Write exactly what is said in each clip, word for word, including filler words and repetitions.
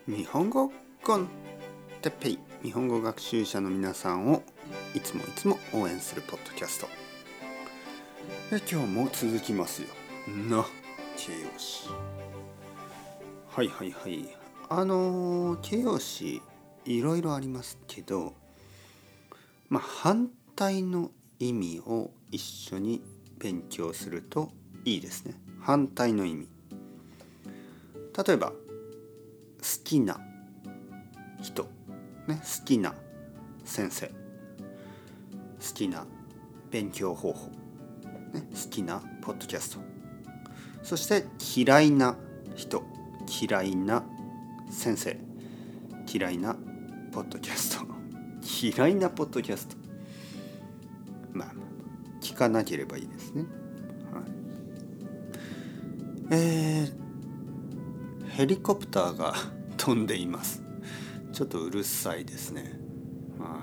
日本語コンテッペイ、日本語学習者の皆さんをいつもいつも応援するポッドキャスト。え今日も続きますよな形容詞。はいはいはいあの形容詞いろいろありますけど、まあ反対の意味を一緒に勉強するといいですね。反対の意味、例えば好きな人、ね、好きな先生、好きな勉強方法、ね、好きなポッドキャスト、そして嫌いな人、嫌いな先生、嫌いなポッドキャスト嫌いなポッドキャスト、まあ聞かなければいいですね。はい、えー、ヘリコプターが飛んでいます。ちょっとうるさいですね。はい、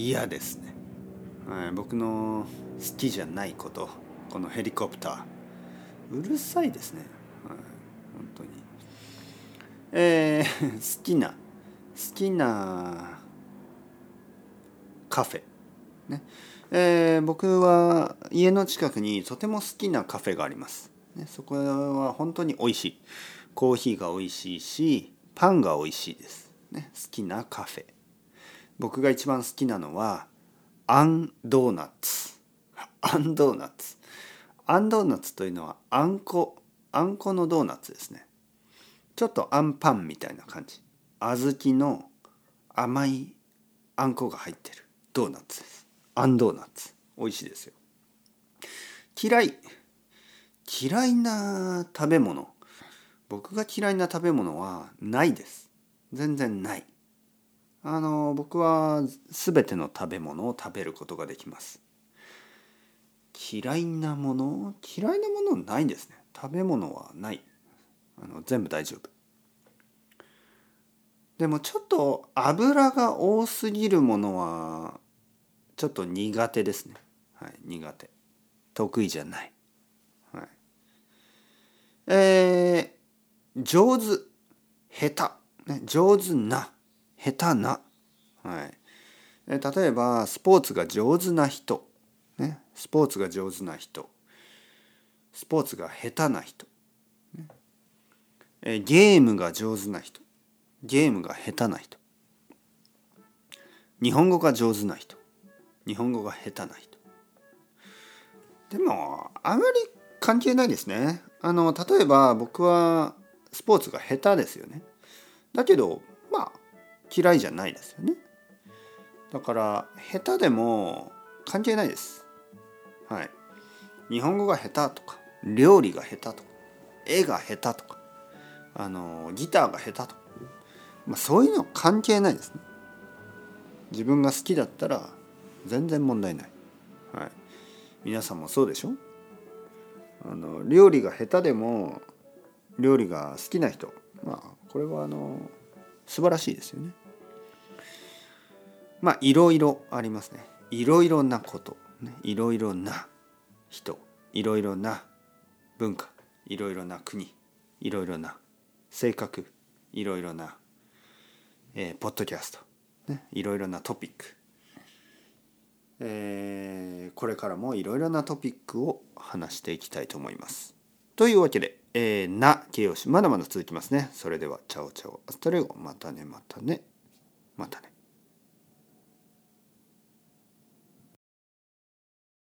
嫌ですね。はい、僕の好きじゃないこと、このヘリコプターうるさいですね。はい、本当に。えー、好きな好きなカフェね。えー、僕は家の近くにとても好きなカフェがあります。ね、そこは本当に美味しい。コーヒーが美味しいし、パンが美味しいです。ね、好きなカフェ。僕が一番好きなのはアンドーナツ。アンドーナツ。アンドーナツというのはあんこ、あんこのドーナツですね。ちょっとあんパンみたいな感じ。小豆の甘いあんこが入ってるドーナツです。アンドーナツ。美味しいですよ。嫌い。嫌いな食べ物。僕が嫌いな食べ物はないです。全然ない。あの僕は全ての食べ物を食べることができます。嫌いなもの嫌いなものないですね。食べ物はない。あの全部大丈夫。でもちょっと油が多すぎるものはちょっと苦手ですね。はい、苦手。得意じゃない。はい、えー、上手、下手、ね、上手な、下手な。はい、えー、例えばスポーツが上手な人、ね、スポーツが上手な人、スポーツが下手な人、ね、えー、ゲームが上手な人、ゲームが下手な人、日本語が上手な人、日本語が下手な人。でもあまり関係ないですね。あの例えば僕はスポーツが下手ですよね。だけどまあ嫌いじゃないですよね。だから下手でも関係ないです。はい。日本語が下手とか、料理が下手とか、絵が下手とか、あのギターが下手とか、まあ、そういうの関係ないですね。自分が好きだったら全然問題ない。はい。皆さんもそうでしょ。あの料理が下手でも料理が好きな人、まあこれはあの素晴らしいですよね。まあいろいろありますね。いろいろなこと、ね、いろいろな人、いろいろな文化、いろいろな国、いろいろな性格、いろいろな、えー、ポッドキャスト、ね、いろいろなトピック、えー、これからもいろいろなトピックを話していきたいと思います。というわけで、えー、な形容詞まだまだ続きますね。それではチャオチャオアスタレゴ、またねまたねまたね。